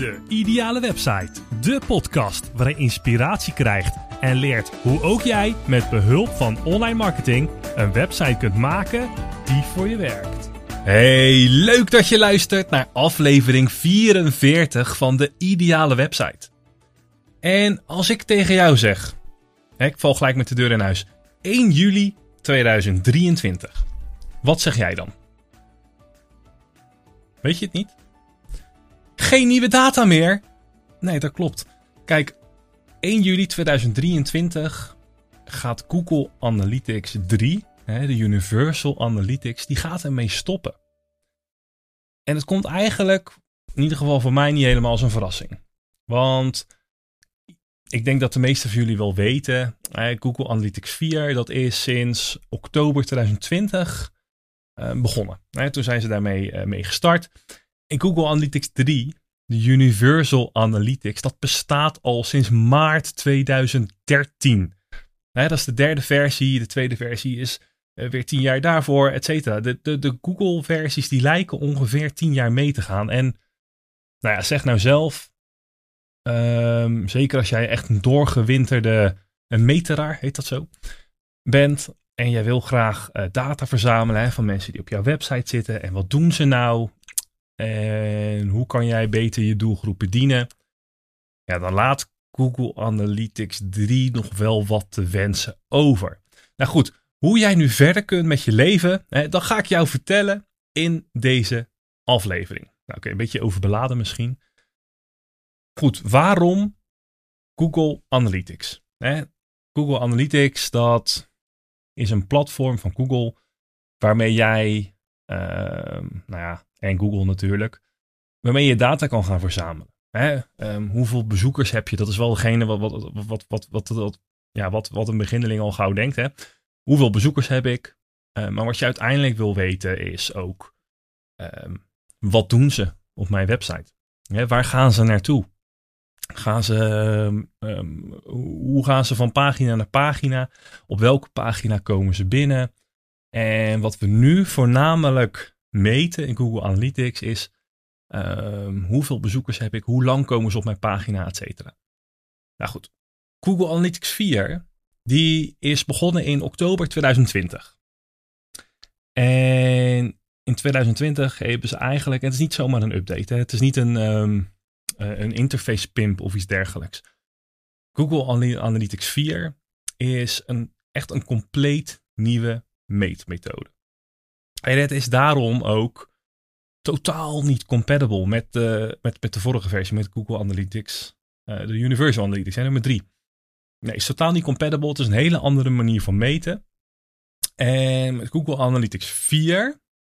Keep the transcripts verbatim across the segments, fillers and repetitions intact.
De Ideale Website, de podcast waarin je inspiratie krijgt en leert hoe ook jij met behulp van online marketing een website kunt maken die voor je werkt. Hey, leuk dat je luistert naar aflevering vierenveertig van De Ideale Website. En als ik tegen jou zeg, hè, ik val gelijk met de deur in huis, één juli tweeduizend drieëntwintig, wat zeg jij dan? Weet je het niet? Geen nieuwe data meer? Nee, dat klopt. Kijk, één juli tweeduizend drieëntwintig gaat Google Analytics drie, hè, de Universal Analytics, die gaat ermee stoppen. En het komt eigenlijk, in ieder geval voor mij, niet helemaal als een verrassing. Want ik denk dat de meesten van jullie wel weten, hè, Google Analytics vier, dat is sinds oktober tweeduizend twintig uh, begonnen. Hè, toen zijn ze daarmee uh, mee gestart. En Google Analytics drie, de Universal Analytics, dat bestaat al sinds maart tweeduizend dertien. Hè, dat is de derde versie. De tweede versie is uh, weer tien jaar daarvoor, et cetera. De, de, de Google-versies die lijken ongeveer tien jaar mee te gaan. En nou ja, zeg nou zelf, um, zeker als jij echt een doorgewinterde een meteraar, heet dat zo, bent en jij wil graag uh, data verzamelen, hè, van mensen die op jouw website zitten. En wat doen ze nou? En hoe kan jij beter je doelgroep bedienen? Ja, dan laat Google Analytics drie nog wel wat te wensen over. Nou goed, hoe jij nu verder kunt met je leven, hè, dat ga ik jou vertellen in deze aflevering. Nou, oké, okay, een beetje overbeladen misschien. Goed, waarom Google Analytics? Hè? Google Analytics, dat is een platform van Google waarmee jij, uh, nou ja, en Google natuurlijk, waarmee je data kan gaan verzamelen. Hè? Um, hoeveel bezoekers heb je? Dat is wel degene wat, wat, wat, wat, wat, wat, ja, wat, wat een beginneling al gauw denkt. Hè? Hoeveel bezoekers heb ik? Uh, maar wat je uiteindelijk wil weten is ook, um, wat doen ze op mijn website? Hè? Waar gaan ze naartoe? Gaan ze, um, um, hoe gaan ze van pagina naar pagina? Op welke pagina komen ze binnen? En wat we nu voornamelijk meten in Google Analytics is um, hoeveel bezoekers heb ik, hoe lang komen ze op mijn pagina, et cetera. Nou goed, Google Analytics vier, die is begonnen in oktober tweeduizend twintig. En in tweeduizend twintig hebben ze eigenlijk, het is niet zomaar een update, hè? Het is niet een, um, een interface pimp of iets dergelijks. Google Analytics vier is een, echt een compleet nieuwe meetmethode. En het is daarom ook totaal niet compatible met de, met, met de vorige versie, met Google Analytics, uh, de Universal Analytics, hè, nummer drie. Nee, het is totaal niet compatible. Het is een hele andere manier van meten. En met Google Analytics vier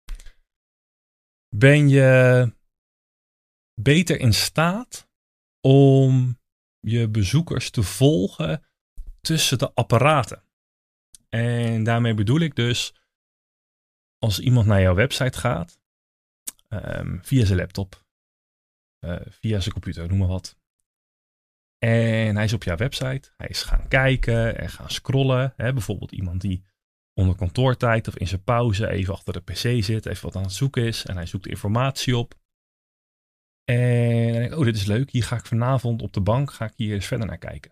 ben je beter in staat om je bezoekers te volgen tussen de apparaten. En daarmee bedoel ik dus, als iemand naar jouw website gaat, um, via zijn laptop, uh, via zijn computer, noem maar wat. En hij is op jouw website, hij is gaan kijken en gaan scrollen. Hè, bijvoorbeeld iemand die onder kantoortijd of in zijn pauze even achter de pc zit, even wat aan het zoeken is en hij zoekt informatie op. En dan denk ik, oh, dit is leuk, hier ga ik vanavond op de bank, ga ik hier eens verder naar kijken.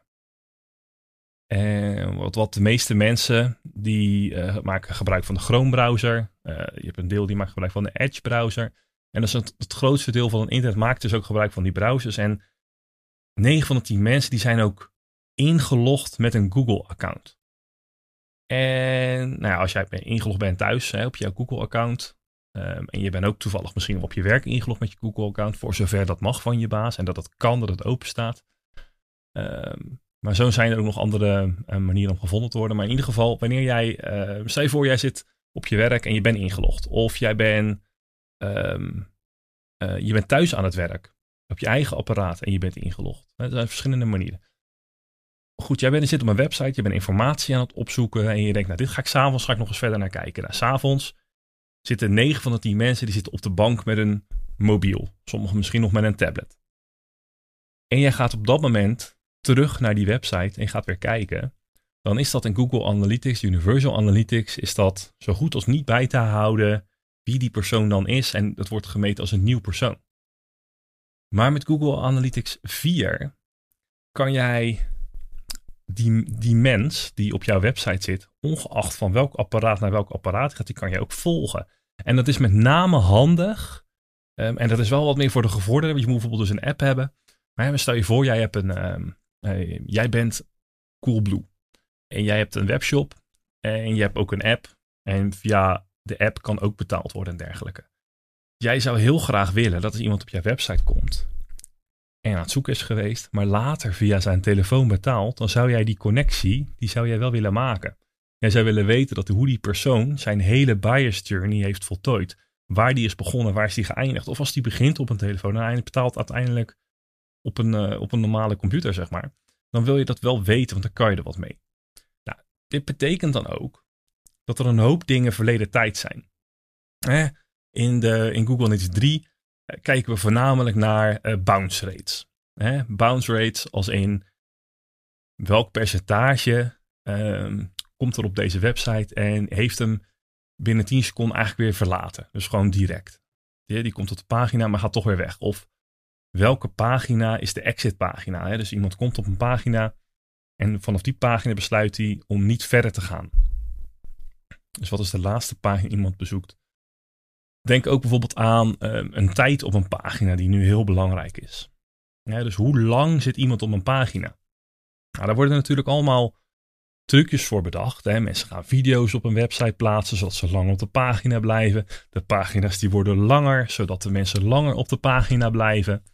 En wat, wat de meeste mensen, die uh, maken gebruik van de Chrome browser. Uh, je hebt een deel die maakt gebruik van de Edge browser. En dat is het, het grootste deel van het internet maakt dus ook gebruik van die browsers. En negen van de tien mensen die zijn ook ingelogd met een Google account. En nou ja, als jij ingelogd bent thuis, hè, op jouw Google account. Um, en je bent ook toevallig misschien op je werk ingelogd met je Google account. Voor zover dat mag van je baas. En dat het kan, dat het open staat. Um, Maar zo zijn er ook nog andere uh, manieren om gevonden te worden. Maar in ieder geval, wanneer jij, uh, stel je voor, jij zit op je werk en je bent ingelogd. Of jij bent, um, uh, je bent thuis aan het werk. Op je eigen apparaat en je bent ingelogd. Er zijn verschillende manieren. Goed, jij bent, je zit op een website, je bent informatie aan het opzoeken. En je denkt, nou dit ga ik s'avonds, ga ik nog eens verder naar kijken. Nou, s'avonds zitten negen van de tien mensen, die zitten op de bank met een mobiel. Sommigen misschien nog met een tablet. En jij gaat op dat moment terug naar die website en gaat weer kijken, dan is dat in Google Analytics, Universal Analytics, is dat zo goed als niet bij te houden wie die persoon dan is en het wordt gemeten als een nieuw persoon. Maar met Google Analytics vier kan jij die, die mens die op jouw website zit, ongeacht van welk apparaat naar welk apparaat gaat, die kan je ook volgen. En dat is met name handig. Um, en dat is wel wat meer voor de gevorderden. Want je moet bijvoorbeeld dus een app hebben. Maar stel je voor, jij, hebt een, um, uh, jij bent Coolblue. En jij hebt een webshop. En je hebt ook een app. En via de app kan ook betaald worden en dergelijke. Jij zou heel graag willen dat als iemand op jouw website komt en aan het zoeken is geweest, maar later via zijn telefoon betaalt, dan zou jij die connectie, die zou jij wel willen maken. Jij zou willen weten dat hoe die persoon zijn hele buyer's journey heeft voltooid. Waar die is begonnen, waar is die geëindigd. Of als die begint op een telefoon en hij betaalt uiteindelijk op een, uh, op een normale computer, zeg maar. Dan wil je dat wel weten, want dan kan je er wat mee. Nou, dit betekent dan ook dat er een hoop dingen verleden tijd zijn. Eh, in, de, in Google Analytics drie eh, kijken we voornamelijk naar eh, bounce rates. Eh, bounce rates als in welk percentage eh, komt er op deze website en heeft hem binnen tien seconden eigenlijk weer verlaten. Dus gewoon direct. Die, die komt op de pagina, maar gaat toch weer weg. Of welke pagina is de exit pagina? Hè? Dus iemand komt op een pagina en vanaf die pagina besluit hij om niet verder te gaan. Dus wat is de laatste pagina iemand bezoekt? Denk ook bijvoorbeeld aan um, een tijd op een pagina die nu heel belangrijk is. Ja, dus hoe lang zit iemand op een pagina? Nou, daar worden natuurlijk allemaal trucjes voor bedacht. Hè. Mensen gaan video's op een website plaatsen, zodat ze lang op de pagina blijven. De pagina's die worden langer, zodat de mensen langer op de pagina blijven.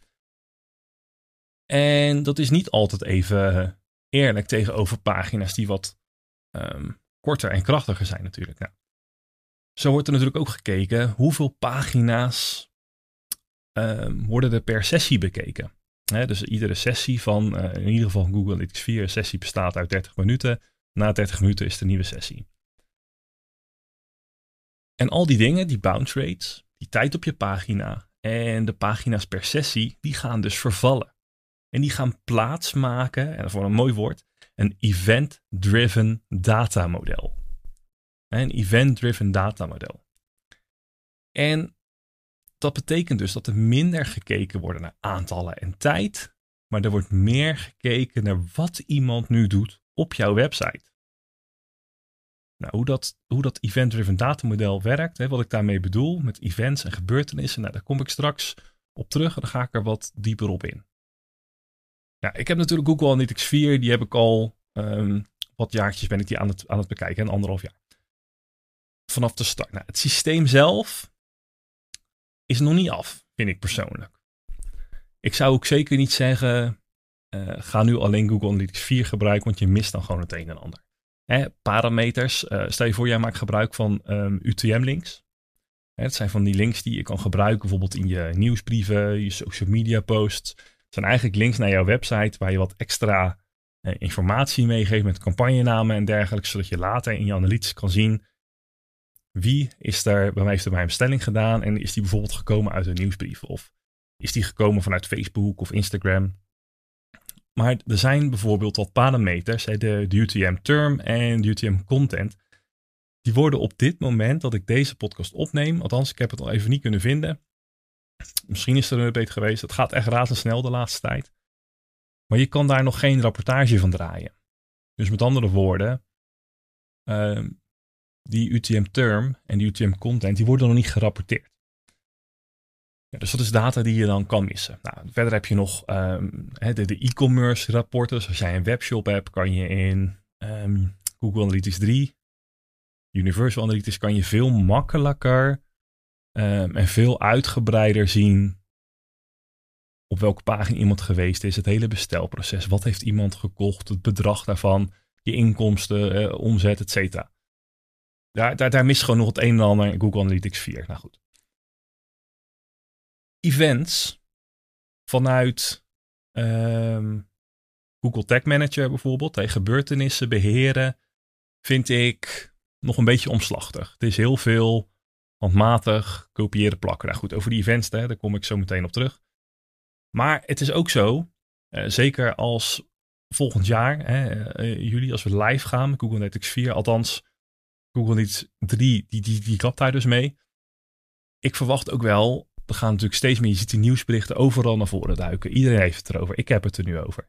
En dat is niet altijd even eerlijk tegenover pagina's die wat um, korter en krachtiger zijn natuurlijk. Nou, zo wordt er natuurlijk ook gekeken hoeveel pagina's um, worden er per sessie bekeken. Hè, dus iedere sessie van, uh, in ieder geval Google Analytics vier, een sessie bestaat uit dertig minuten. Na dertig minuten is de nieuwe sessie. En al die dingen, die bounce rates, die tijd op je pagina en de pagina's per sessie, die gaan dus vervallen. En die gaan plaatsmaken, en voor een mooi woord, een event-driven datamodel. Een event-driven datamodel. En dat betekent dus dat er minder gekeken wordt naar aantallen en tijd, maar er wordt meer gekeken naar wat iemand nu doet op jouw website. Nou, hoe dat, hoe dat event-driven datamodel werkt, hè, wat ik daarmee bedoel, met events en gebeurtenissen, nou, daar kom ik straks op terug en dan ga ik er wat dieper op in. Ja, ik heb natuurlijk Google Analytics vier, die heb ik al, um, wat jaartjes ben ik die aan het, aan het bekijken, een anderhalf jaar. Vanaf de start. Nou, het systeem zelf is nog niet af, vind ik persoonlijk. Ik zou ook zeker niet zeggen, uh, ga nu alleen Google Analytics vier gebruiken, want je mist dan gewoon het een en ander. Hè, parameters, uh, stel je voor jij maakt gebruik van um, U T M-links. Hè, dat zijn van die links die je kan gebruiken, bijvoorbeeld in je nieuwsbrieven, je social media posts. Het zijn eigenlijk links naar jouw website waar je wat extra uh, informatie meegeeft met campagnenamen en dergelijke, zodat je later in je analytics kan zien wie is er, bij mij heeft er bij een bestelling gedaan en is die bijvoorbeeld gekomen uit een nieuwsbrief of is die gekomen vanuit Facebook of Instagram. Maar er zijn bijvoorbeeld wat parameters, de, de U T M-term en de U T M-content. Die worden op dit moment dat ik deze podcast opneem, althans ik heb het al even niet kunnen vinden. Misschien is er een update geweest, het gaat echt razendsnel de laatste tijd. Maar je kan daar nog geen rapportage van draaien. Dus met andere woorden, uh, die U T M-term en die U T M-content, die worden nog niet gerapporteerd. Ja, dus dat is data die je dan kan missen. Nou, verder heb je nog um, de, de e-commerce rapporten. Dus als jij een webshop hebt, kan je in um, Google Analytics drie, Universal Analytics, kan je veel makkelijker um, en veel uitgebreider zien op welke pagina iemand geweest is. Het hele bestelproces. Wat heeft iemand gekocht? Het bedrag daarvan. Je inkomsten, uh, omzet, et cetera. Daar, daar, daar mist gewoon nog het een en ander in Google Analytics vier. Nou goed. Events vanuit um, Google Tag Manager bijvoorbeeld, hey, gebeurtenissen beheren, vind ik nog een beetje omslachtig. Het is heel veel handmatig kopiëren, plakken. Nou goed, over die events, hè, daar kom ik zo meteen op terug. Maar het is ook zo, uh, zeker als volgend jaar, hè, uh, juli, als we live gaan met Google Analytics vier, althans Google Analytics drie, die, die, die klapt daar dus mee. Ik verwacht ook wel er gaan natuurlijk steeds meer, je ziet die nieuwsberichten overal naar voren duiken. Iedereen heeft het erover. Ik heb het er nu over.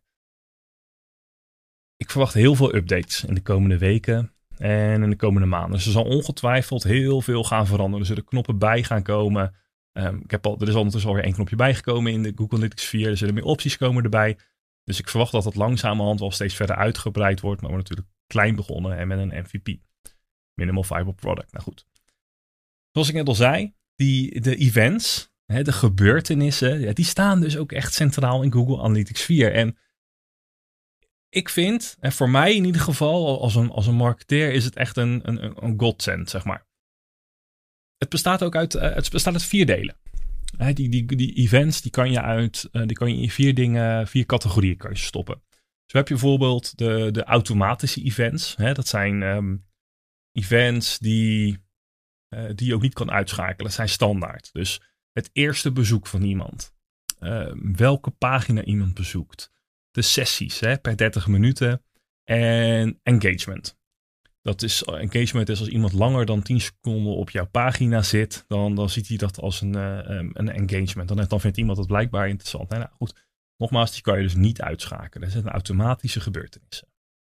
Ik verwacht heel veel updates in de komende weken en in de komende maanden. Dus er zal ongetwijfeld heel veel gaan veranderen. Er zullen knoppen bij gaan komen. Um, ik heb al, er is ondertussen alweer één knopje bijgekomen in de Google Analytics vier. Er zullen meer opties komen erbij. Dus ik verwacht dat het langzamerhand wel steeds verder uitgebreid wordt. Maar we worden natuurlijk klein begonnen en met een M V P. Minimal Viable Product. Nou goed. Zoals ik net al zei, die, de events, hè, de gebeurtenissen, ja, die staan dus ook echt centraal in Google Analytics vier. En ik vind, en voor mij in ieder geval, als een, als een marketeer, is het echt een, een, een godsend, zeg maar. Het bestaat ook uit, uh, het bestaat uit vier delen. Uh, die, die, die events, die kan je uit, uh, die kan je in vier dingen, vier categorieën kan je stoppen. Zo heb je bijvoorbeeld de, de automatische events. Hè, dat zijn um, events die, uh, die je ook niet kan uitschakelen. Dat zijn standaard. Dus het eerste bezoek van iemand. Uh, welke pagina iemand bezoekt. De sessies, hè, per dertig minuten. En engagement. Dat is, engagement is als iemand langer dan tien seconden op jouw pagina zit. Dan, dan ziet hij dat als een, uh, een engagement. Dan, dan vindt iemand dat blijkbaar interessant. Nou, nou goed, nogmaals, die kan je dus niet uitschakelen. Dat zijn automatische gebeurtenissen.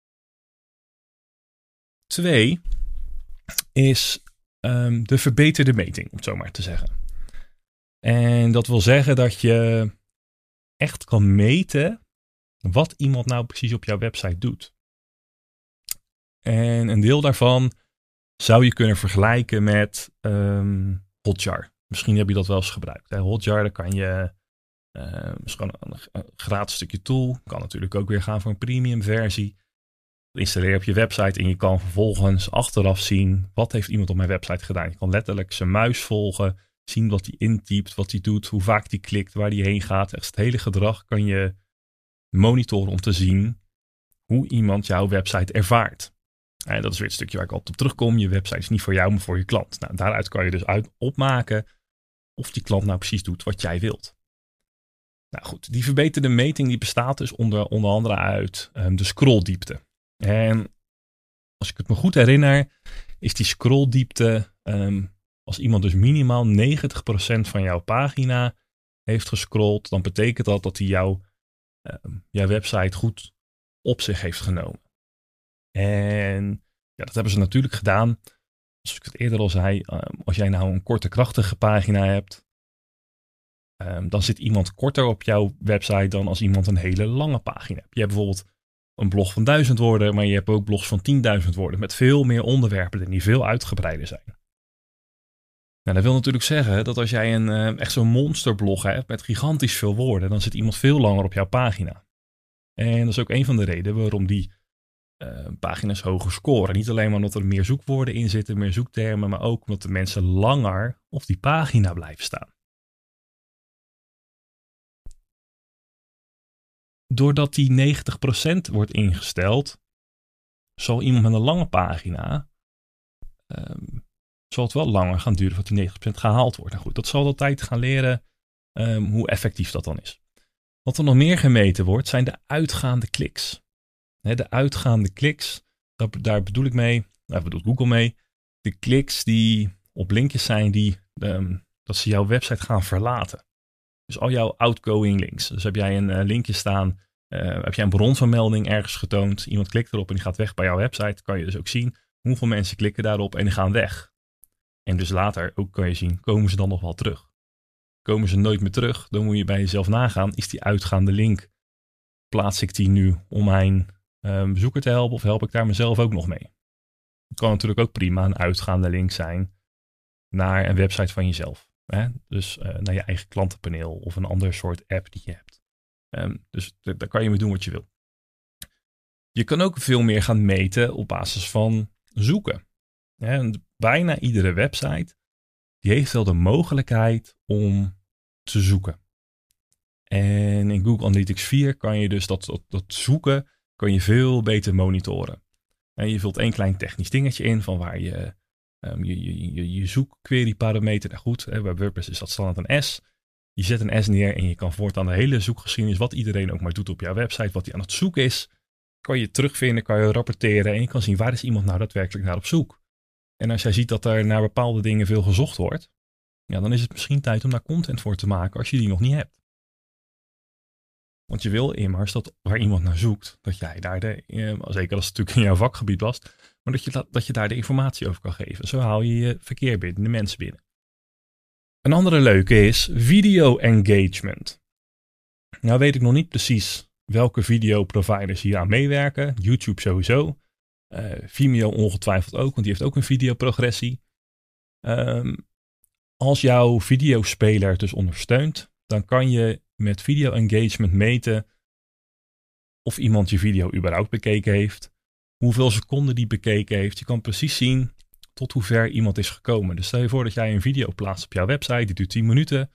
Twee is um, de verbeterde meting, om het zo maar te zeggen. En dat wil zeggen dat je echt kan meten wat iemand nou precies op jouw website doet. En een deel daarvan zou je kunnen vergelijken met um, Hotjar. Misschien heb je dat wel eens gebruikt. Hè? Hotjar, daar kan je, uh, is gewoon een, een gratis stukje tool. Kan natuurlijk ook weer gaan voor een premium versie. Installeer je op je website en je kan vervolgens achteraf zien, wat heeft iemand op mijn website gedaan. Je kan letterlijk zijn muis volgen, zien wat hij intypt, wat hij doet, hoe vaak hij klikt, waar hij heen gaat. Echt het hele gedrag kan je monitoren om te zien hoe iemand jouw website ervaart. En dat is weer het stukje waar ik altijd op terugkom. Je website is niet voor jou, maar voor je klant. Nou, daaruit kan je dus uit opmaken of die klant nou precies doet wat jij wilt. Nou goed, die verbeterde meting die bestaat dus onder, onder andere uit um, de scrolldiepte. En als ik het me goed herinner, is die scrolldiepte, um, als iemand dus minimaal negentig procent van jouw pagina heeft gescrolld, dan betekent dat dat hij jouw, um, jouw website goed op zich heeft genomen. En ja, dat hebben ze natuurlijk gedaan. Zoals ik het eerder al zei, um, als jij nou een korte, krachtige pagina hebt, um, dan zit iemand korter op jouw website dan als iemand een hele lange pagina hebt. Je hebt bijvoorbeeld een blog van duizend woorden, maar je hebt ook blogs van tienduizend woorden met veel meer onderwerpen en die veel uitgebreider zijn. Nou, dat wil natuurlijk zeggen dat als jij een, uh, echt zo'n monsterblog hebt met gigantisch veel woorden, dan zit iemand veel langer op jouw pagina. En dat is ook een van de redenen waarom die uh, pagina's hoger scoren. Niet alleen maar omdat er meer zoekwoorden in zitten, meer zoektermen, maar ook omdat de mensen langer op die pagina blijven staan. Doordat die negentig procent wordt ingesteld, zal iemand met een lange pagina, um, zal het wel langer gaan duren voordat die negentig procent gehaald wordt. Nou goed, dat zal de tijd gaan leren um, hoe effectief dat dan is. Wat er nog meer gemeten wordt, zijn de uitgaande kliks. He, de uitgaande kliks, daar, daar bedoel ik mee, daar bedoelt Google mee, de kliks die op linkjes zijn die, um, dat ze jouw website gaan verlaten. Dus al jouw outgoing links. Dus heb jij een uh, linkje staan, uh, heb jij een bronvermelding ergens getoond, iemand klikt erop en die gaat weg bij jouw website, kan je dus ook zien hoeveel mensen klikken daarop en die gaan weg. En dus later ook kan je zien, komen ze dan nog wel terug? Komen ze nooit meer terug, dan moet je bij jezelf nagaan, is die uitgaande link, plaats ik die nu om mijn uh, bezoeker te helpen of help ik daar mezelf ook nog mee? Het kan natuurlijk ook prima een uitgaande link zijn naar een website van jezelf. Hè? Dus uh, naar je eigen klantenpaneel of een ander soort app die je hebt. Um, dus d- daar kan je mee doen wat je wil. Je kan ook veel meer gaan meten op basis van zoeken. Ja, bijna iedere website die heeft wel de mogelijkheid om te zoeken. En in Google Analytics vier kan je dus dat, dat, dat zoeken kan je veel beter monitoren. En je vult één klein technisch dingetje in van waar je um, je, je, je, je zoekquery parameter, nou goed, hè, bij WordPress is dat standaard een S. Je zet een S neer en je kan voortaan de hele zoekgeschiedenis, wat iedereen ook maar doet op jouw website, wat hij aan het zoeken is, kan je terugvinden, kan je rapporteren en je kan zien waar is iemand nou daadwerkelijk naar op zoek. En als jij ziet dat er naar bepaalde dingen veel gezocht wordt, ja, dan is het misschien tijd om daar content voor te maken als je die nog niet hebt. Want je wil immers dat waar iemand naar zoekt, dat jij daar de, eh, zeker als het natuurlijk in jouw vakgebied was, maar dat je, dat, dat je daar de informatie over kan geven. Zo hou je je verkeer binnen, de mensen binnen. Een andere leuke is video engagement. Nou weet ik nog niet precies welke videoproviders hier aan meewerken. YouTube sowieso. Uh, Vimeo ongetwijfeld ook, want die heeft ook een videoprogressie. Um, als jouw videospeler het dus ondersteunt, dan kan je met video engagement meten of iemand je video überhaupt bekeken heeft, hoeveel seconden die bekeken heeft. Je kan precies zien tot hoe ver iemand is gekomen. Dus stel je voor dat jij een video plaatst op jouw website, die duurt tien minuten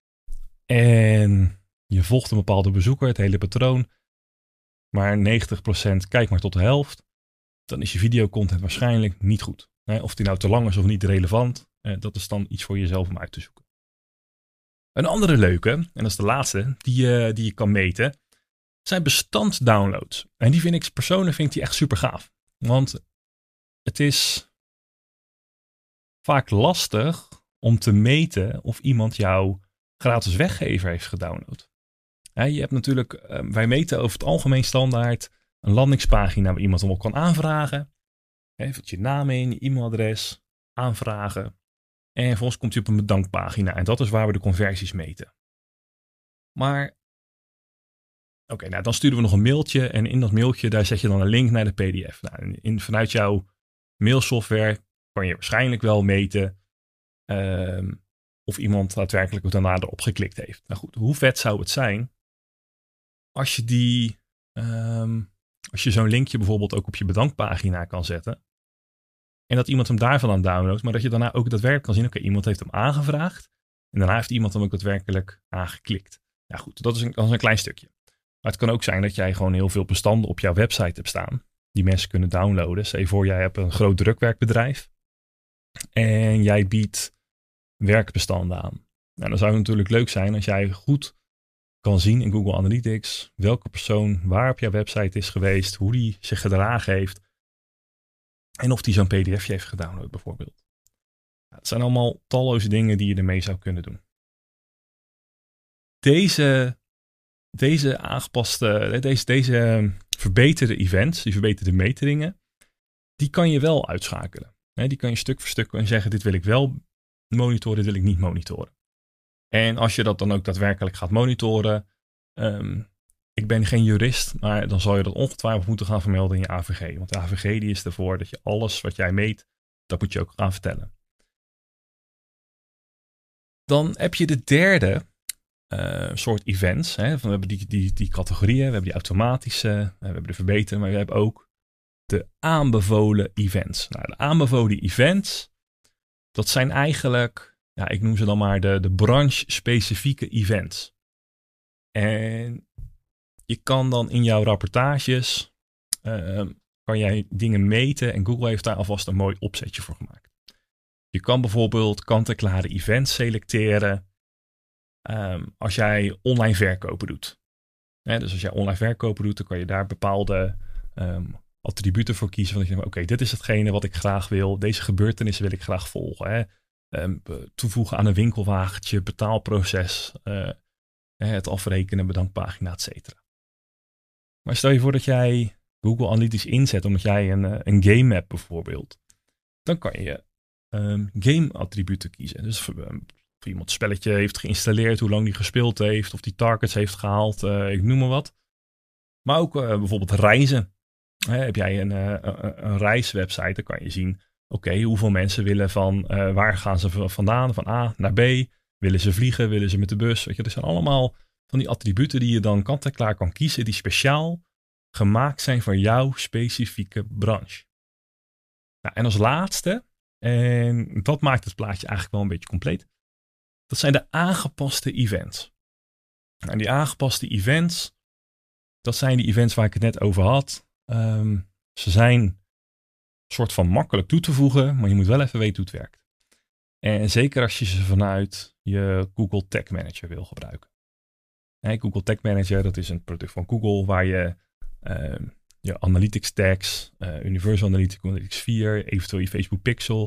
en je volgt een bepaalde bezoeker, het hele patroon, maar negentig procent kijkt maar tot de helft, dan is je videocontent waarschijnlijk niet goed. Of die nou te lang is of niet relevant, dat is dan iets voor jezelf om uit te zoeken. Een andere leuke, en dat is de laatste, die je, die je kan meten, zijn bestandsdownloads. En die vind ik persoonlijk vind ik die echt super gaaf. Want het is vaak lastig om te meten of iemand jouw gratis weggever heeft gedownload. Je hebt natuurlijk, wij meten over het algemeen standaard een landingspagina waar iemand hem op kan aanvragen. Even je naam in, je e-mailadres, aanvragen. En vervolgens komt hij op een bedankpagina. En dat is waar we de conversies meten. Maar, oké, okay, nou dan sturen we nog een mailtje. En in dat mailtje, daar zet je dan een link naar de P D F. Nou, in, vanuit jouw mailsoftware kan je waarschijnlijk wel meten um, of iemand daadwerkelijk daarna erop geklikt heeft. Nou goed, hoe vet zou het zijn als je die, um, als je zo'n linkje bijvoorbeeld ook op je bedankpagina kan zetten. En dat iemand hem daarvan aan downloadt, maar dat je daarna ook daadwerkelijk kan zien, oké, okay, iemand heeft hem aangevraagd. En daarna heeft iemand hem ook daadwerkelijk aangeklikt. Ja goed, dat is, een, dat is een klein stukje. Maar het kan ook zijn dat jij gewoon heel veel bestanden op jouw website hebt staan. Die mensen kunnen downloaden. Stel je voor, jij hebt een groot drukwerkbedrijf. En jij biedt werkbestanden aan. Nou, dan zou het natuurlijk leuk zijn als jij goed kan zien in Google Analytics welke persoon waar op jouw website is geweest, hoe die zich gedragen heeft. En of die zo'n P D F'je heeft gedownload bijvoorbeeld. Nou, het zijn allemaal talloze dingen die je ermee zou kunnen doen. Deze, deze aangepaste, deze, deze verbeterde events, die verbeterde meteringen, die kan je wel uitschakelen. Die kan je stuk voor stuk en zeggen, dit wil ik wel monitoren, dit wil ik niet monitoren. En als je dat dan ook daadwerkelijk gaat monitoren, um, ik ben geen jurist, maar dan zal je dat ongetwijfeld moeten gaan vermelden in je A V G. Want de A V G die is ervoor dat je alles wat jij meet, dat moet je ook gaan vertellen. Dan heb je de derde uh, soort events. Hè. We hebben die, die, die categorieën, we hebben die automatische, we hebben de verbeterde, maar we hebben ook de aanbevolen events. Nou, de aanbevolen events, dat zijn eigenlijk, ja, ik noem ze dan maar de, de branche-specifieke events. En je kan dan in jouw rapportages, uh, kan jij dingen meten en Google heeft daar alvast een mooi opzetje voor gemaakt. Je kan bijvoorbeeld kant-en-klare events selecteren um, als jij online verkopen doet. Hè, dus als jij online verkopen doet, dan kan je daar bepaalde um, attributen voor kiezen. Van dat je denkt, oké, okay, dit is hetgene wat ik graag wil. Deze gebeurtenissen wil ik graag volgen. Hè. Um, toevoegen aan een winkelwagentje, betaalproces, uh, het afrekenen, bedankpagina, et cetera. Maar stel je voor dat jij Google Analytics inzet omdat jij een, een game hebt bijvoorbeeld. Dan kan je um, game attributen kiezen. Dus um, of iemand een spelletje heeft geïnstalleerd, hoe lang die gespeeld heeft, of die targets heeft gehaald, uh, ik noem maar wat. Maar ook uh, bijvoorbeeld reizen. Hè, heb jij een, uh, een, een reiswebsite, dan kan je zien, oké, okay, hoeveel mensen willen van, uh, waar gaan ze vandaan, van A naar B? Willen ze vliegen, willen ze met de bus? Weet je, dat zijn allemaal van die attributen die je dan kant-en-klaar kan kiezen, die speciaal gemaakt zijn voor jouw specifieke branche. Nou, en als laatste, en dat maakt het plaatje eigenlijk wel een beetje compleet, dat zijn de aangepaste events. En die aangepaste events, dat zijn die events waar ik het net over had. Um, ze zijn een soort van makkelijk toe te voegen, maar je moet wel even weten hoe het werkt. En zeker als je ze vanuit je Google Tag Manager wil gebruiken. Nee, Google Tag Manager, dat is een product van Google waar je uh, je analytics tags, uh, Universal Analytics, Analytics vier, eventueel je Facebook Pixel,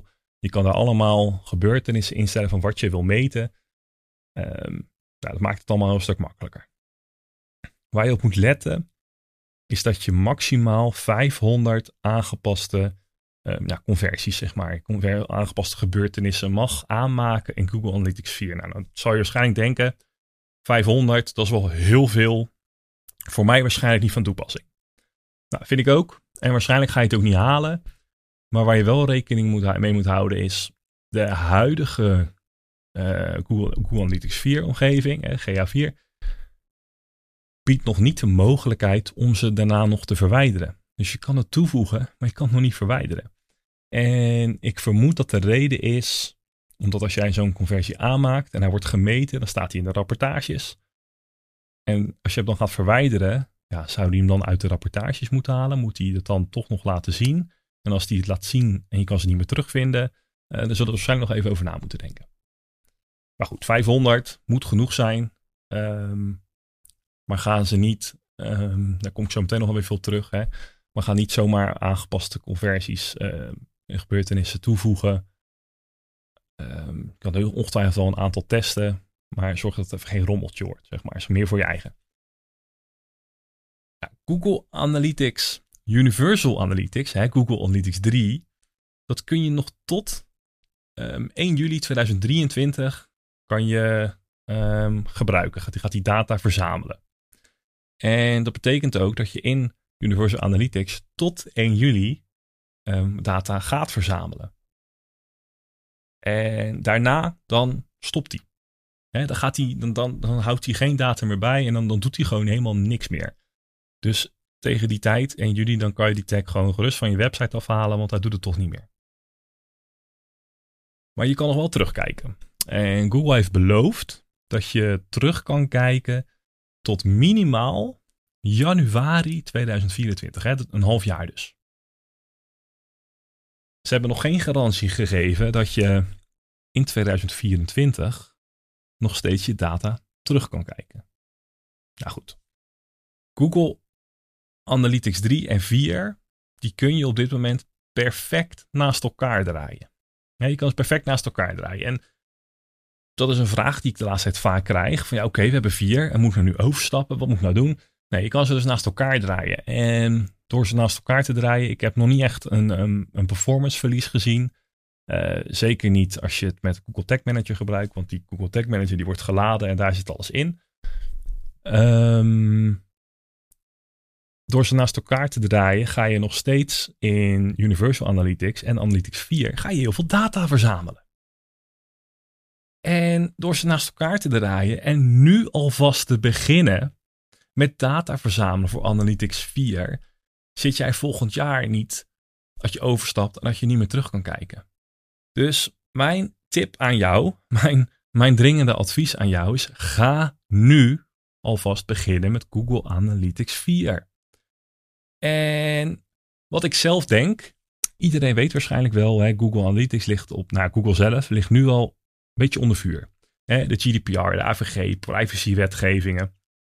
Je kan daar allemaal gebeurtenissen instellen van wat je wil meten. Um, nou, dat maakt het allemaal een stuk makkelijker. Waar je op moet letten is dat je maximaal vijfhonderd aangepaste um, ja, conversies, zeg maar, conver- aangepaste gebeurtenissen mag aanmaken in Google Analytics vier. Nou, dan zal je waarschijnlijk denken, vijfhonderd, dat is wel heel veel. Voor mij waarschijnlijk niet van toepassing. Nou, vind ik ook. En waarschijnlijk ga je het ook niet halen. Maar waar je wel rekening moet, mee moet houden is de huidige uh, Google, Google Analytics vier omgeving, eh, G A vier, biedt nog niet de mogelijkheid om ze daarna nog te verwijderen. Dus je kan het toevoegen, maar je kan het nog niet verwijderen. En ik vermoed dat de reden is, omdat als jij zo'n conversie aanmaakt en hij wordt gemeten, dan staat hij in de rapportages. En als je hem dan gaat verwijderen, ja, zou hij hem dan uit de rapportages moeten halen? Moet hij het dan toch nog laten zien? En als hij het laat zien en je kan ze niet meer terugvinden, uh, dan zullen we er waarschijnlijk nog even over na moeten denken. Maar goed, vijfhonderd moet genoeg zijn. Um, maar gaan ze niet, um, daar kom ik zo meteen nog wel weer veel terug, hè, maar gaan niet zomaar aangepaste conversies uh, en gebeurtenissen toevoegen. Um, je kan heel ongetwijfeld wel een aantal testen, maar zorg dat het even geen rommeltje wordt, zeg maar. Is meer voor je eigen. Ja, Google Analytics, Universal Analytics, hè, Google Analytics drie, dat kun je nog tot um, één juli tweeduizend drieëntwintig kan je um, gebruiken. Gaat, gaat die data verzamelen. En dat betekent ook dat je in Universal Analytics tot één juli um, data gaat verzamelen. En daarna dan stopt hij. He, dan, gaat hij dan, dan, dan houdt hij geen data meer bij en dan, dan doet hij gewoon helemaal niks meer. Dus tegen die tijd, één juli, dan kan je die tag gewoon gerust van je website afhalen, want hij doet het toch niet meer. Maar je kan nog wel terugkijken. En Google heeft beloofd dat je terug kan kijken tot minimaal januari tweeduizend vierentwintig. Hè? Een half jaar dus. Ze hebben nog geen garantie gegeven dat je in tweeduizend vierentwintig nog steeds je data terug kan kijken. Nou goed. Google Analytics drie en vier, die kun je op dit moment perfect naast elkaar draaien. Ja, je kan ze perfect naast elkaar draaien. En dat is een vraag die ik de laatste tijd vaak krijg. Van ja, oké, okay, we hebben vier en moeten we nu overstappen? Wat moet ik nou doen? Nee, je kan ze dus naast elkaar draaien. En door ze naast elkaar te draaien, ik heb nog niet echt een, een, een performance verlies gezien. Uh, zeker niet als je het met Google Tag Manager gebruikt, want die Google Tag Manager die wordt geladen en daar zit alles in. Um, door ze naast elkaar te draaien ga je nog steeds in Universal Analytics en Analytics vier ga je heel veel data verzamelen. En door ze naast elkaar te draaien en nu alvast te beginnen met data verzamelen voor Analytics vier, zit jij volgend jaar niet als je overstapt en als je niet meer terug kan kijken. Dus mijn tip aan jou, mijn, mijn dringende advies aan jou is, ga nu alvast beginnen met Google Analytics vier. En wat ik zelf denk, iedereen weet waarschijnlijk wel, hè, Google Analytics ligt op, nou Google zelf ligt nu al een beetje onder vuur. Hè, de G D P R, de A V G, privacywetgevingen.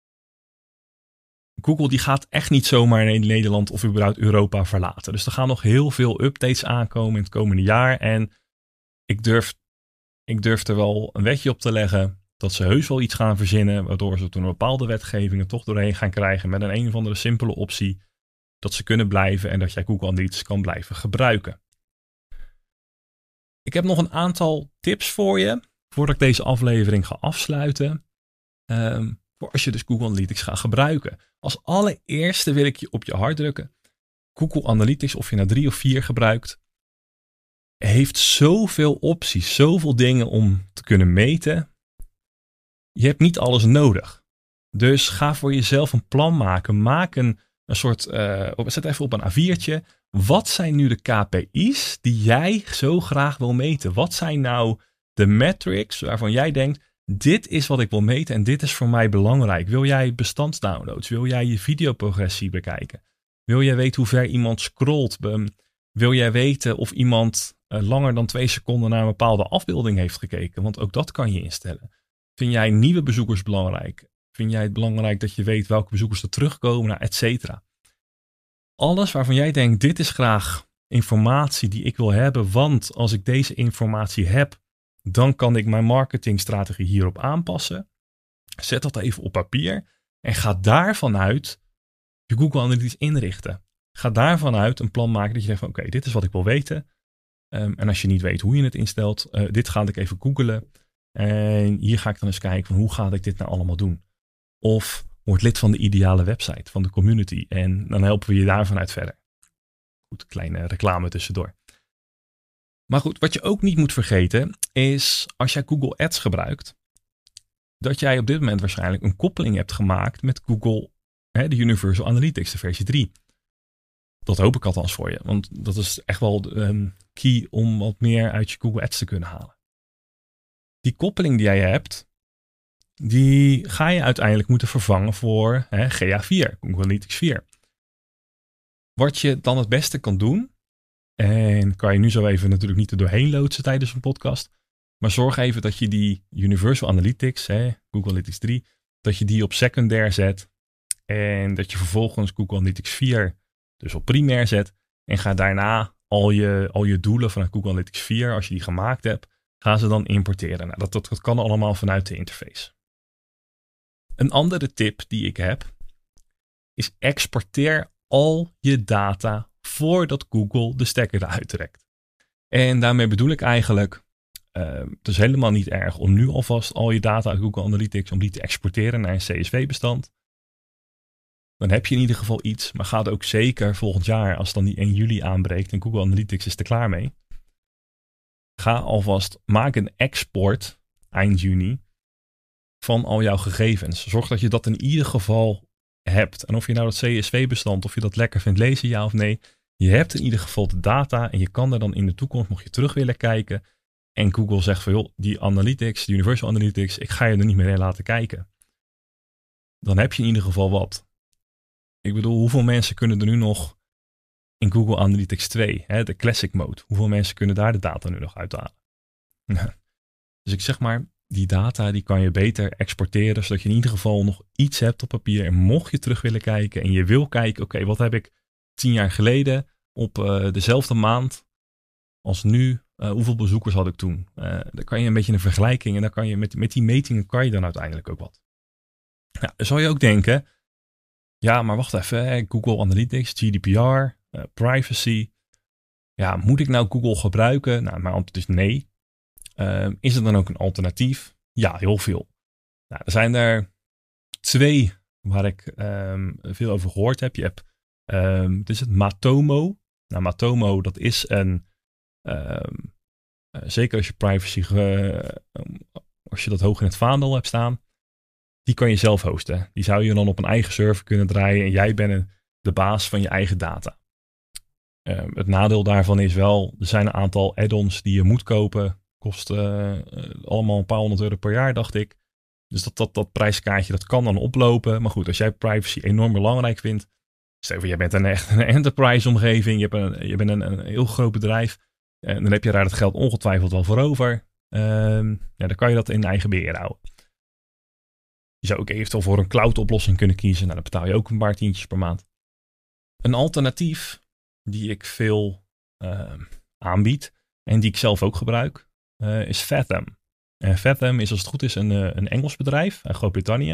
Google die gaat echt niet zomaar in Nederland of überhaupt Europa verlaten. Dus er gaan nog heel veel updates aankomen in het komende jaar. En ik durf, ik durf er wel een wetje op te leggen dat ze heus wel iets gaan verzinnen, waardoor ze toen bepaalde wetgevingen toch doorheen gaan krijgen met een een of andere simpele optie, dat ze kunnen blijven en dat jij Google Analytics kan blijven gebruiken. Ik heb nog een aantal tips voor je, voordat ik deze aflevering ga afsluiten. Um, voor als je dus Google Analytics gaat gebruiken. Als allereerste wil ik je op je hart drukken. Google Analytics, of je nou drie of vier gebruikt, heeft zoveel opties, zoveel dingen om te kunnen meten. Je hebt niet alles nodig. Dus ga voor jezelf een plan maken. Maak een, een soort, uh, zet even op een A viertje. Wat zijn nu de K P I's die jij zo graag wil meten? Wat zijn nou de metrics waarvan jij denkt, dit is wat ik wil meten en dit is voor mij belangrijk. Wil jij bestandsdownloads? Wil jij je videoprogressie bekijken? Wil jij weten hoe ver iemand scrolt? Wil jij weten of iemand uh, langer dan twee seconden naar een bepaalde afbeelding heeft gekeken? Want ook dat kan je instellen. Vind jij nieuwe bezoekers belangrijk? Vind jij het belangrijk dat je weet welke bezoekers er terugkomen, nou, et cetera. Alles waarvan jij denkt, dit is graag informatie die ik wil hebben. Want als ik deze informatie heb, dan kan ik mijn marketingstrategie hierop aanpassen. Zet dat even op papier en ga daarvan uit je Google Analytics inrichten. Ga daarvan uit een plan maken dat je zegt van oké, okay, dit is wat ik wil weten. Um, en als je niet weet hoe je het instelt, uh, dit ga ik even googlen. En hier ga ik dan eens kijken van hoe ga ik dit nou allemaal doen. Of word lid van de ideale website, van de community. En dan helpen we je daarvan uit verder. Goed, kleine reclame tussendoor. Maar goed, wat je ook niet moet vergeten is als jij Google Ads gebruikt, dat jij op dit moment waarschijnlijk een koppeling hebt gemaakt met Google, hè, de Universal Analytics, de versie drie. Dat hoop ik althans voor je, want dat is echt wel um, key om wat meer uit je Google Ads te kunnen halen. Die koppeling die jij hebt, die ga je uiteindelijk moeten vervangen voor hè, G A vier, Google Analytics vier. Wat je dan het beste kan doen, en kan je nu zo even natuurlijk niet er doorheen loodsen tijdens een podcast, maar zorg even dat je die Universal Analytics, hè, Google Analytics drie, dat je die op secundair zet en dat je vervolgens Google Analytics vier dus op primair zet en ga daarna al je, al je doelen vanuit Google Analytics vier, als je die gemaakt hebt, ga ze dan importeren. Nou, dat, dat, dat kan allemaal vanuit de interface. Een andere tip die ik heb is exporteer al je data voordat Google de stekker eruit trekt. En daarmee bedoel ik eigenlijk, uh, het is helemaal niet erg om nu alvast al je data uit Google Analytics, om die te exporteren naar een C S V-bestand. Dan heb je in ieder geval iets, maar ga het ook zeker volgend jaar, als dan die één juli aanbreekt en Google Analytics is er klaar mee. Ga alvast, maak een export eind juni van al jouw gegevens. Zorg dat je dat in ieder geval hebt. En of je nou dat C S V-bestand, of je dat lekker vindt lezen, ja of nee. Je hebt in ieder geval de data en je kan er dan in de toekomst, mocht je terug willen kijken. En Google zegt van joh, die Analytics, die Universal Analytics, ik ga je er niet meer in laten kijken. Dan heb je in ieder geval wat. Ik bedoel, hoeveel mensen kunnen er nu nog in Google Analytics twee, hè, de classic mode, hoeveel mensen kunnen daar de data nu nog uithalen? Dus ik zeg maar, die data die kan je beter exporteren, zodat je in ieder geval nog iets hebt op papier. En mocht je terug willen kijken en je wil kijken, oké, okay, wat heb ik tien jaar geleden op uh, dezelfde maand als nu, uh, hoeveel bezoekers had ik toen? Uh, dan kan je een beetje een vergelijking en dan kan je met, met die metingen kan je dan uiteindelijk ook wat. Nou, dan zou je ook denken, ja, maar wacht even, hè, Google Analytics, G D P R, uh, privacy. Ja, moet ik nou Google gebruiken? Nou, mijn antwoord is nee. Uh, is er dan ook een alternatief? Ja, heel veel. Nou, er zijn er twee waar ik um, veel over gehoord heb. Je hebt, um, het is het Matomo. Nou, Matomo, dat is een, um, uh, zeker als je privacy, ge, um, als je dat hoog in het vaandel hebt staan, die kan je zelf hosten. Die zou je dan op een eigen server kunnen draaien en jij bent de baas van je eigen data. Um, het nadeel daarvan is wel, er zijn een aantal add-ons die je moet kopen. Kost uh, allemaal een paar honderd euro per jaar, dacht ik. Dus dat, dat, dat prijskaartje, dat kan dan oplopen. Maar goed, als jij privacy enorm belangrijk vindt. Stel voor, jij bent een echt een enterprise omgeving. Je, hebt een, je bent een, een heel groot bedrijf. En dan heb je daar het geld ongetwijfeld wel voor over. Um, ja, dan kan je dat in eigen beheer houden. Je zou ook eventueel voor een cloud oplossing kunnen kiezen. Nou, dan betaal je ook een paar tientjes per maand. Een alternatief die ik veel uh, aanbied. En die ik zelf ook gebruik. Uh, is Fathom. En Fathom is als het goed is een, een Engels bedrijf uit Groot-Brittannië.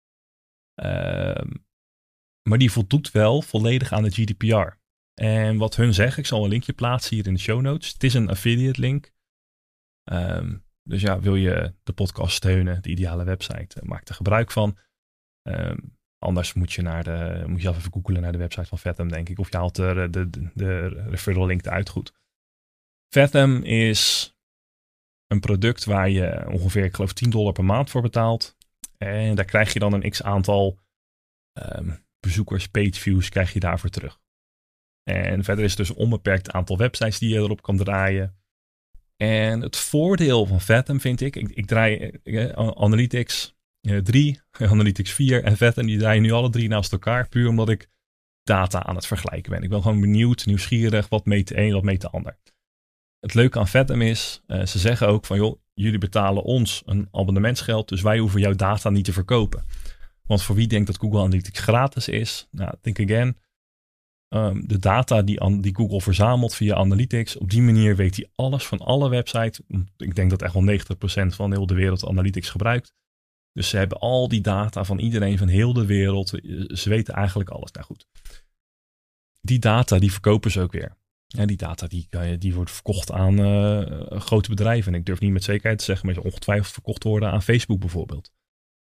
Uh, maar die voldoet wel volledig aan de G D P R. En wat hun zeggen, ik zal een linkje plaatsen hier in de show notes. Het is een affiliate link. Um, dus ja, wil je de podcast steunen, de ideale website, uh, maak er gebruik van. Um, anders moet je, naar de, moet je even googlen naar de website van Fathom, denk ik. Of je haalt de, de, de, de referral link eruit goed. Fathom is een product waar je ongeveer, ik geloof, tien dollar per maand voor betaalt. En daar krijg je dan een x aantal um, bezoekers, page views, krijg je daarvoor terug. En verder is het dus een onbeperkt aantal websites die je erop kan draaien. En het voordeel van Fathom vind ik, ik, ik draai eh, Analytics drie, Analytics vier en Fathom, die draaien nu alle drie naast elkaar, puur omdat ik data aan het vergelijken ben. Ik ben gewoon benieuwd, nieuwsgierig, wat meet de een, wat meet de ander. Het leuke aan Fathom is, uh, ze zeggen ook van joh, jullie betalen ons een abonnementsgeld, dus wij hoeven jouw data niet te verkopen. Want voor wie denkt dat Google Analytics gratis is? Nou, think again. um, de data die, die Google verzamelt via Analytics. Op die manier weet hij alles van alle websites. Ik denk dat echt wel negentig procent van heel de wereld Analytics gebruikt. Dus ze hebben al die data van iedereen van heel de wereld. Ze weten eigenlijk alles. Nou goed. Die data die verkopen ze ook weer. Ja, die data die, die wordt verkocht aan uh, grote bedrijven. En ik durf niet met zekerheid te zeggen, maar ze ongetwijfeld verkocht worden aan Facebook bijvoorbeeld.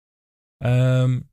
Um,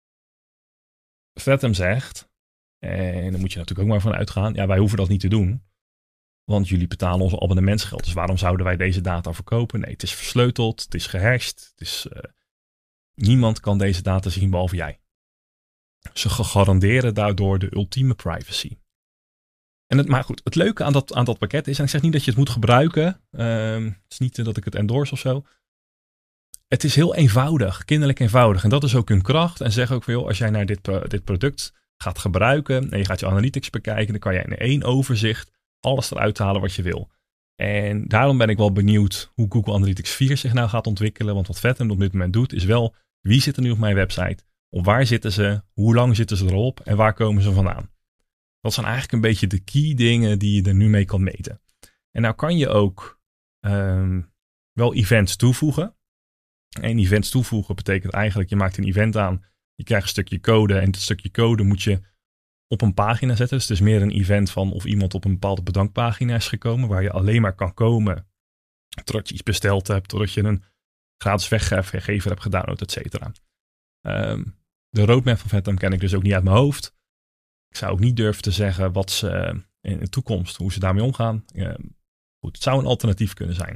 Fathom zegt, en daar moet je natuurlijk ook maar van uitgaan. Ja, wij hoeven dat niet te doen. Want jullie betalen ons abonnementsgeld. Dus waarom zouden wij deze data verkopen? Nee, het is versleuteld. Het is gehashed. Het is, uh, niemand kan deze data zien behalve jij. Ze garanderen daardoor de ultieme privacy. En het, maar goed, het leuke aan dat, aan dat pakket is, en ik zeg niet dat je het moet gebruiken. Um, het is niet dat ik het endorse of zo. Het is heel eenvoudig, kinderlijk eenvoudig. En dat is ook hun kracht. En zeg ook van, joh, als jij naar dit, dit product gaat gebruiken en je gaat je analytics bekijken, dan kan je in één overzicht alles eruit halen wat je wil. En daarom ben ik wel benieuwd hoe Google Analytics vier zich nou gaat ontwikkelen. Want wat Fathom op dit moment doet, is wel, wie zit er nu op mijn website? Op waar zitten ze? Hoe lang zitten ze erop? En waar komen ze vandaan? Dat zijn eigenlijk een beetje de key dingen die je er nu mee kan meten. En nou kan je ook um, wel events toevoegen. En events toevoegen betekent eigenlijk, je maakt een event aan, je krijgt een stukje code en dat stukje code moet je op een pagina zetten. Dus het is meer een event van of iemand op een bepaalde bedankpagina is gekomen, waar je alleen maar kan komen totdat je iets besteld hebt, totdat je een gratis weggever hebt gedownload, et cetera. Um, de roadmap van Fathom ken ik dus ook niet uit mijn hoofd. Ik zou ook niet durven te zeggen wat ze in de toekomst, hoe ze daarmee omgaan. Um, goed, het zou een alternatief kunnen zijn.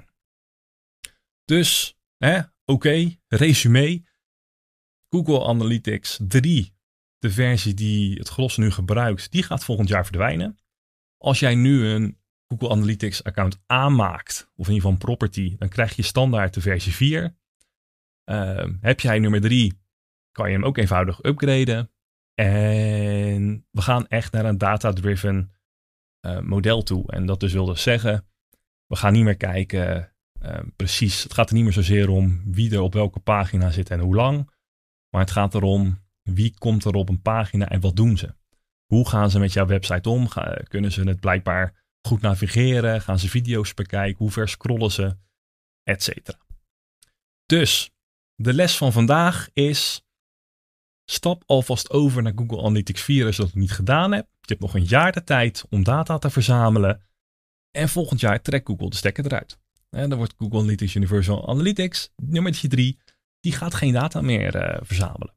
Dus, hè, oké, okay, resume. Google Analytics drie, de versie die het gros nu gebruikt, die gaat volgend jaar verdwijnen. Als jij nu een Google Analytics account aanmaakt, of in ieder geval een property, dan krijg je standaard de versie vier. Uh, heb jij nummer drie, kan je hem ook eenvoudig upgraden. En we gaan echt naar een data-driven uh, model toe. En dat dus wil dus zeggen, we gaan niet meer kijken uh, precies, het gaat er niet meer zozeer om wie er op welke pagina zit en hoe lang. Maar het gaat erom, wie komt er op een pagina en wat doen ze? Hoe gaan ze met jouw website om? Ga, kunnen ze het blijkbaar goed navigeren? Gaan ze video's bekijken? Hoe ver scrollen ze? Etcetera. Dus, de les van vandaag is, stap alvast over naar Google Analytics vier als je dat niet gedaan hebt. Je hebt nog een jaar de tijd om data te verzamelen. En volgend jaar trekt Google de stekker eruit. En dan wordt Google Analytics Universal Analytics, nummertje drie, die gaat geen data meer uh, verzamelen.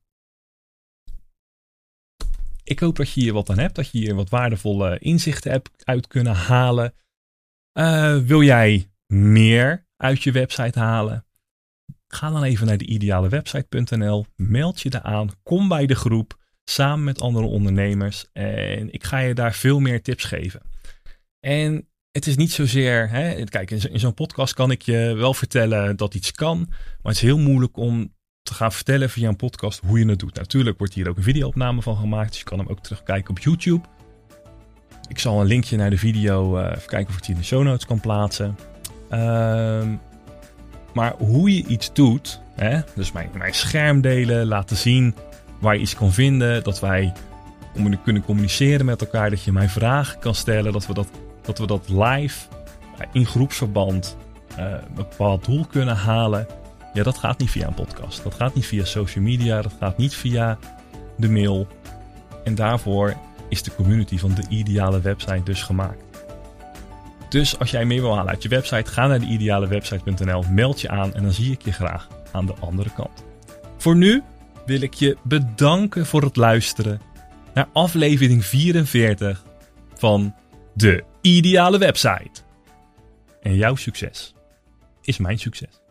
Ik hoop dat je hier wat aan hebt, dat je hier wat waardevolle inzichten hebt uit kunnen halen. Uh, wil jij meer uit je website halen? Ga dan even naar de ideale website punt n l, meld je daar aan, kom bij de groep, samen met andere ondernemers en ik ga je daar veel meer tips geven. En het is niet zozeer, hè, kijk, in, zo, in zo'n podcast kan ik je wel vertellen dat iets kan, maar het is heel moeilijk om te gaan vertellen via een podcast hoe je het doet. Natuurlijk wordt hier ook een videoopname van gemaakt, dus je kan hem ook terugkijken op YouTube. Ik zal een linkje naar de video, uh, even kijken of ik die in de show notes kan plaatsen. Uh, maar hoe je iets doet, hè, dus mijn, mijn scherm delen, laten zien waar je iets kan vinden, dat wij om te kunnen communiceren met elkaar, dat je mij vragen kan stellen, dat we dat, dat, we dat live uh, in groepsverband uh, een bepaald doel kunnen halen. Ja, dat gaat niet via een podcast. Dat gaat niet via social media. Dat gaat niet via de mail. En daarvoor is de community van de ideale website dus gemaakt. Dus als jij meer wil halen uit je website, ga naar de ideale website punt n l, meld je aan en dan zie ik je graag aan de andere kant. Voor nu wil ik je bedanken voor het luisteren naar aflevering vierenveertig van de ideale website. En jouw succes is mijn succes.